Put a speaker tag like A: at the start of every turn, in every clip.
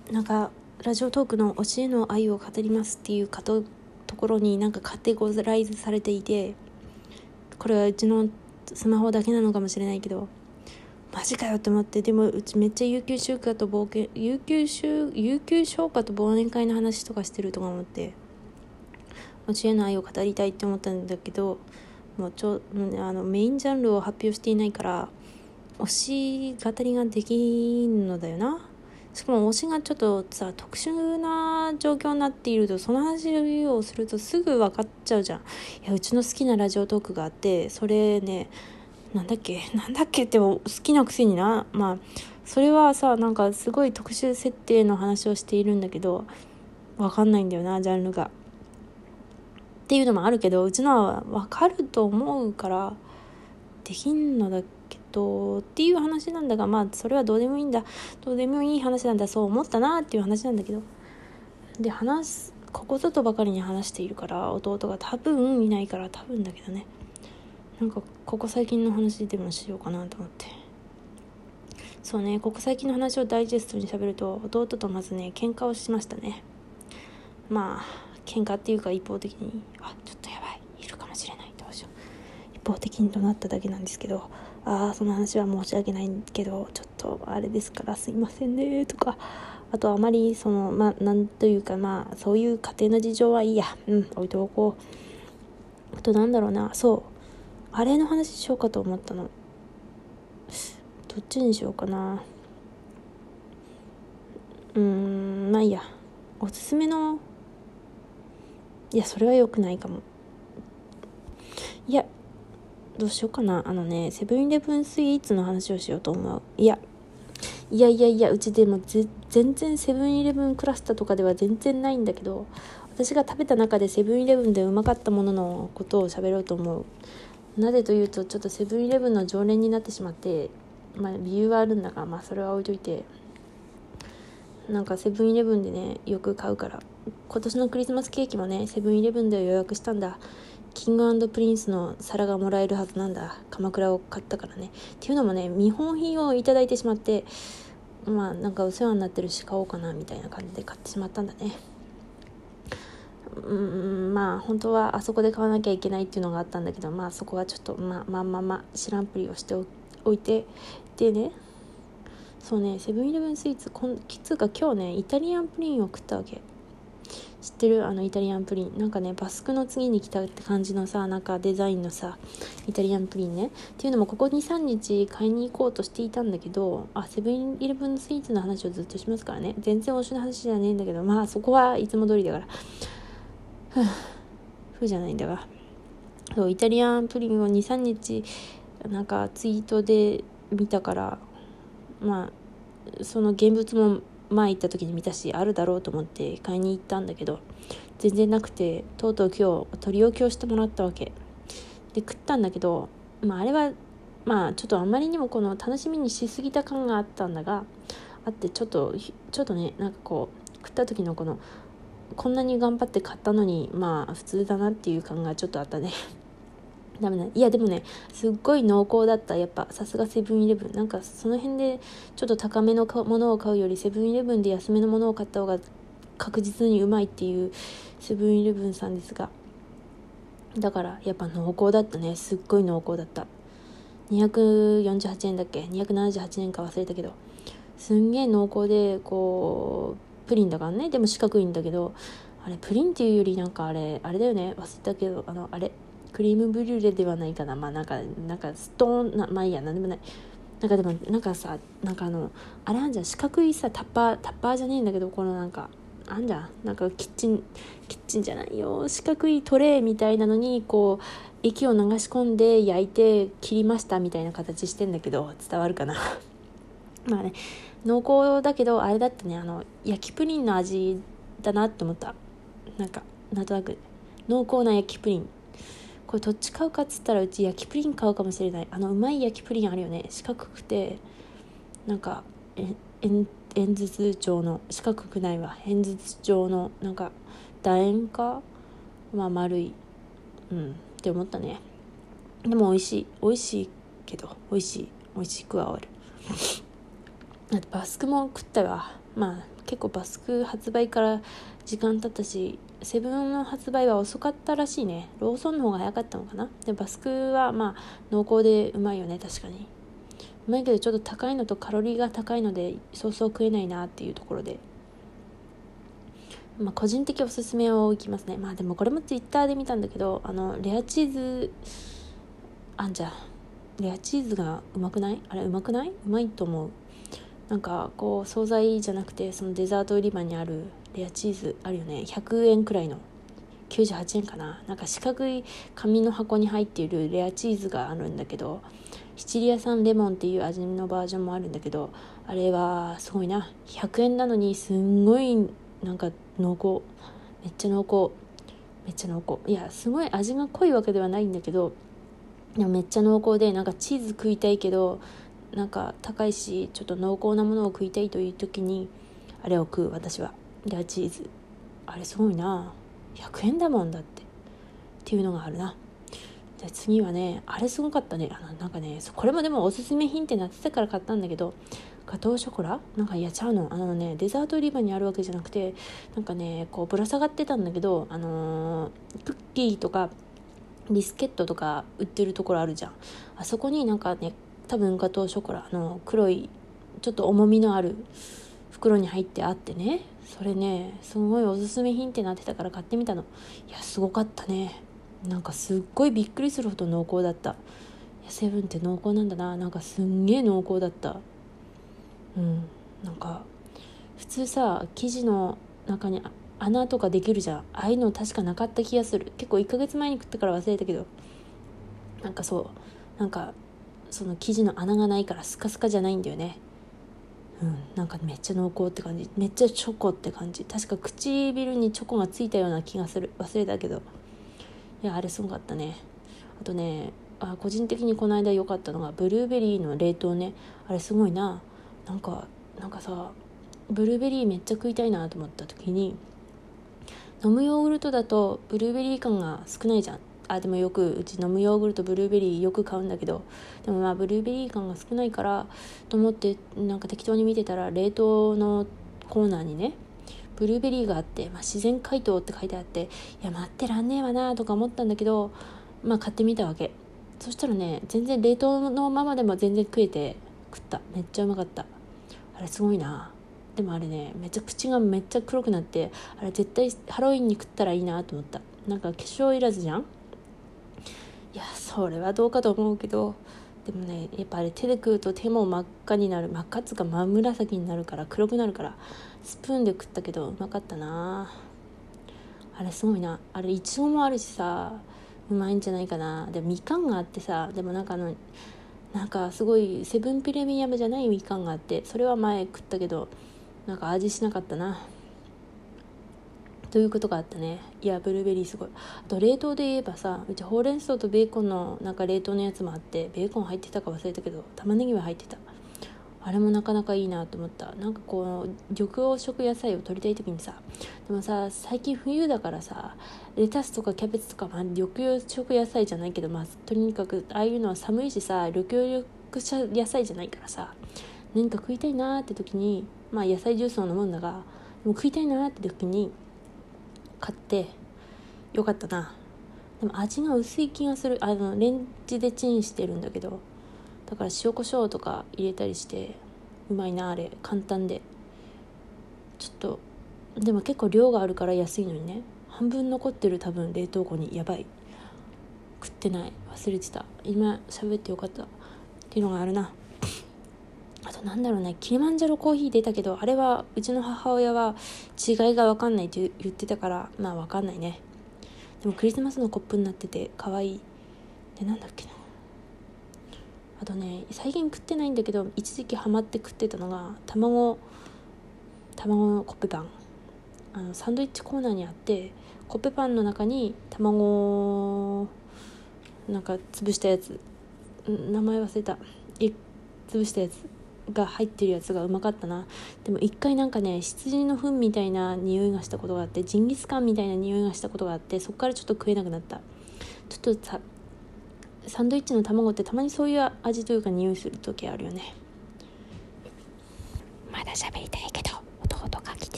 A: なんかラジオトークの教えの愛を語りますっていうところになんかカテゴライズされていて、これはうちのスマホだけなのかもしれないけど、マジかよって思って。でもうちめっちゃ有給消化と忘年会の話とかしてるとか思って、教えの愛を語りたいって思ったんだけど、もうメインジャンルを発表していないから推し語りができんのだよな。しかも推しがちょっとさ特殊な状況になっていると、その話をするとすぐ分かっちゃうじゃん。いや、うちの好きなラジオトークがあって、それね、なんだっけって好きなくせにな。まあそれはさ、なんかすごい特殊設定の話をしているんだけど、分かんないんだよな、ジャンルがっていうのもあるけど、うちのは分かると思うからできんのだけどっていう話なんだが、まあそれはどうでもいい話なんだ、そう思ったなっていう話なんだけど、でここぞとばかりに話しているから、弟が多分いないから、多分だけどね、なんかここ最近の話でもしようかなと思って。そうね、ここ最近の話をダイジェストに喋ると、弟とまずね喧嘩をしましたね。まあ喧嘩っていうか、一方的にちょっとやばい、いるかもしれない、どうしよう、一方的に怒鳴っただけなんですけど、その話は申し訳ないけど、ちょっとあれですからすいませんねとか、あとあまりなんというか、そういう家庭の事情はいいや、置いておこう。あとなんだろうな、あれの話しようかと思ったの。どっちにしようかな。まあいいや。おすすめの、いやそれは良くないかも。いやどうしようかな。セブンイレブンスイーツの話をしようと思う。いやうちでも全然セブンイレブンクラスターとかでは全然ないんだけど、私が食べた中でセブンイレブンでうまかったもののことを喋ろうと思う。なぜというと、ちょっとセブンイレブンの常連になってしまって、理由はあるんだが、それは置いといて、なんかセブンイレブンでねよく買うから、今年のクリスマスケーキもねセブンイレブンで予約したんだ。キング&プリンスの皿がもらえるはずなんだ。鎌倉を買ったからね。っていうのもね、見本品をいただいてしまって、なんかお世話になってるし買おうかなみたいな感じで買ってしまったんだね。本当はあそこで買わなきゃいけないっていうのがあったんだけど、そこはちょっと知らんぷりをしておいて、でね、そうね、セブンイレブンスイーツ今日ねイタリアンプリンを食ったわけ。知ってる？イタリアンプリン、なんかねバスクの次に来たって感じのさ、なんかデザインのさイタリアンプリンね。っていうのもここ 2,3 日買いに行こうとしていたんだけど、セブンイレブンのスイーツの話をずっとしますからね、全然推しの話じゃねえんだけど、そこはいつも通りだからふうじゃないんだが、そうイタリアンプリンを 2,3 日なんかツイートで見たから、その現物も前行った時に見たし、あるだろうと思って買いに行ったんだけど、全然なくて、とうとう今日取り置きをしてもらったわけで食ったんだけど、あれはちょっとあまりにもこの楽しみにしすぎた感があったんだがあって、ちょっとね、なんかこう食った時のこんなに頑張って買ったのに普通だなっていう感がちょっとあったね。ダメだ。いやでもね、すっごい濃厚だった。やっぱさすがセブンイレブン。なんかその辺でちょっと高めのものを買うより、セブンイレブンで安めのものを買った方が確実にうまいっていうセブンイレブンさんですが、だからやっぱ濃厚だったね。すっごい濃厚だった。248円だっけ、278円か忘れたけど、すんげえ濃厚で、こうプリンだからね。でも四角いんだけど、あれプリンっていうよりなんかあれだよね、忘れたけど、あれクリームブリュレではないかな。なんかストーンいいや、なんでもない。なんかでもなんかさ、なんかあれあんじゃん、四角いさタッパーじゃねえんだけど、このなんかあんじゃん、なんかキッチンじゃないよ、四角いトレーみたいなのにこう液を流し込んで焼いて切りましたみたいな形してんだけど、伝わるかな濃厚だけど、あれだってね、焼きプリンの味だなって思った。なんとなく濃厚な焼きプリン。これどっち買うかっつったら、うち焼きプリン買うかもしれない。うまい焼きプリンあるよね、四角くて、なんか円筒状の、四角くないわ、円筒状の、なんか楕円か丸いって思ったね。でも美味しいけど、美味しくはある。あとバスクも食ったわ。 結構バスク発売から時間経ったし、セブンの発売は遅かったらしいね。ローソンの方が早かったのかな。でバスクはまあ濃厚でうまいよね。確かにうまいけど、ちょっと高いのとカロリーが高いのでそうそう食えないなっていうところで、まあ個人的おすすめをいきますね。まあでもこれもツイッターで見たんだけど、レアチーズあんじゃん。レアチーズがうまくない？あれうまくない？うまいと思う。なんかこう惣菜じゃなくて、そのデザート売り場にあるレアチーズあるよね。100円くらいの98円かな。なんか四角い紙の箱に入っているレアチーズがあるんだけど、シチリア産レモンっていう味のバージョンもあるんだけど、あれはすごいな。100円なのにすんごいなんか濃厚、めっちゃ濃厚、めっちゃ濃厚。いやすごい味が濃いわけではないんだけど、でもめっちゃ濃厚で、なんかチーズ食いたいけどなんか高いし、ちょっと濃厚なものを食いたいという時にあれを食う。私はレアチーズ、あれすごいな。100円だもんだっていうのがあるな。で次はね、あれすごかったね。なんかね、これもでもおすすめ品ってなってたから買ったんだけど、ガトーショコラなんか、いやちゃうの、デザート売り場にあるわけじゃなくて、なんかねこうぶら下がってたんだけど、クッキーとかビスケットとか売ってるところあるじゃん。あそこになんかね、多分ガトーショコラ黒いちょっと重みのある袋に入ってあってね、それねすごいおすすめ品ってなってたから買ってみたの。いやすごかったね。なんかすっごいびっくりするほど濃厚だった。いやセブンって濃厚なんだな。なんかすんげえ濃厚だった。なんか普通さ、生地の中に穴とかできるじゃん。ああいうの確かなかった気がする。結構1ヶ月前に食ったから忘れたけど、なんかそうなんかその生地の穴がないからスカスカじゃないんだよね。なんかめっちゃ濃厚って感じ、めっちゃチョコって感じ。確か唇にチョコがついたような気がする。忘れたけど、いやあれすごかったね。あとね、個人的にこの間良かったのがブルーベリーの冷凍ね。あれすごいな。なんかさ、ブルーベリーめっちゃ食いたいなと思った時に、飲むヨーグルトだとブルーベリー感が少ないじゃん。でもよくうち飲むヨーグルトブルーベリーよく買うんだけど、でもまあブルーベリー感が少ないからと思ってなんか適当に見てたら、冷凍のコーナーにねブルーベリーがあって、自然解凍って書いてあって、いや待ってらんねえわなとか思ったんだけど、買ってみたわけ。そしたらね、全然冷凍のままでも全然食えて、食った。めっちゃうまかった。あれすごいな。でもあれね、めっちゃ口がめっちゃ黒くなって、あれ絶対ハロウィンに食ったらいいなと思った。なんか化粧いらずじゃん。いやそれはどうかと思うけど、でもねやっぱあれ手で食うと手も真っ赤になる、真っ赤っつうか真紫になるから、黒くなるから、スプーンで食ったけどうまかったな。あれすごいな。あれいちごもあるしさ、うまいんじゃないかな。でもみかんがあってさ、でもなんかすごいセブンプレミアムじゃないみかんがあって、それは前食ったけどなんか味しなかったなということがあったね。いやブルーベリーすごい。あと冷凍で言えばさ、うちほうれん草とベーコンのなんか冷凍のやつもあって、ベーコン入ってたか忘れたけど玉ねぎは入ってた。あれもなかなかいいなと思った。なんかこう緑黄色野菜を取りたい時にさ、でもさ最近冬だからさ、レタスとかキャベツとか、緑黄色野菜じゃないけど、とにかくああいうのは寒いしさ、緑黄色野菜じゃないからさ、何か食いたいなって時に野菜ジュースを飲むんだが、でも食いたいなって時に買ってよかったな。でも味が薄い気がする。レンジでチンしてるんだけど、だから塩コショウとか入れたりしてうまいな。あれ簡単で、ちょっとでも結構量があるから安いのにね、半分残ってる。多分冷凍庫に。やばい、食ってない、忘れてた。今喋ってよかったっていうのがあるな。あとなんだろうね、キリマンジャロコーヒー出たけど、あれはうちの母親は違いが分かんないって言ってたから、分かんないね。でもクリスマスのコップになってて可愛い。でなんだっけな、あとね最近食ってないんだけど一時期ハマって食ってたのが卵のコッペパン。サンドイッチコーナーにあって、コッペパンの中に卵なんか潰したやつ、名前忘れた、潰したやつが入ってるやつがうまかったな。でも一回なんかね、羊の糞みたいな匂いがしたことがあって、ジンギスカンみたいな匂いがしたことがあって、そこからちょっと食えなくなった。ちょっとさ、サンドイッチの卵ってたまにそういう味というか匂いする時あるよね。まだ喋りたいけど弟が来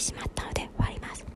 A: しまった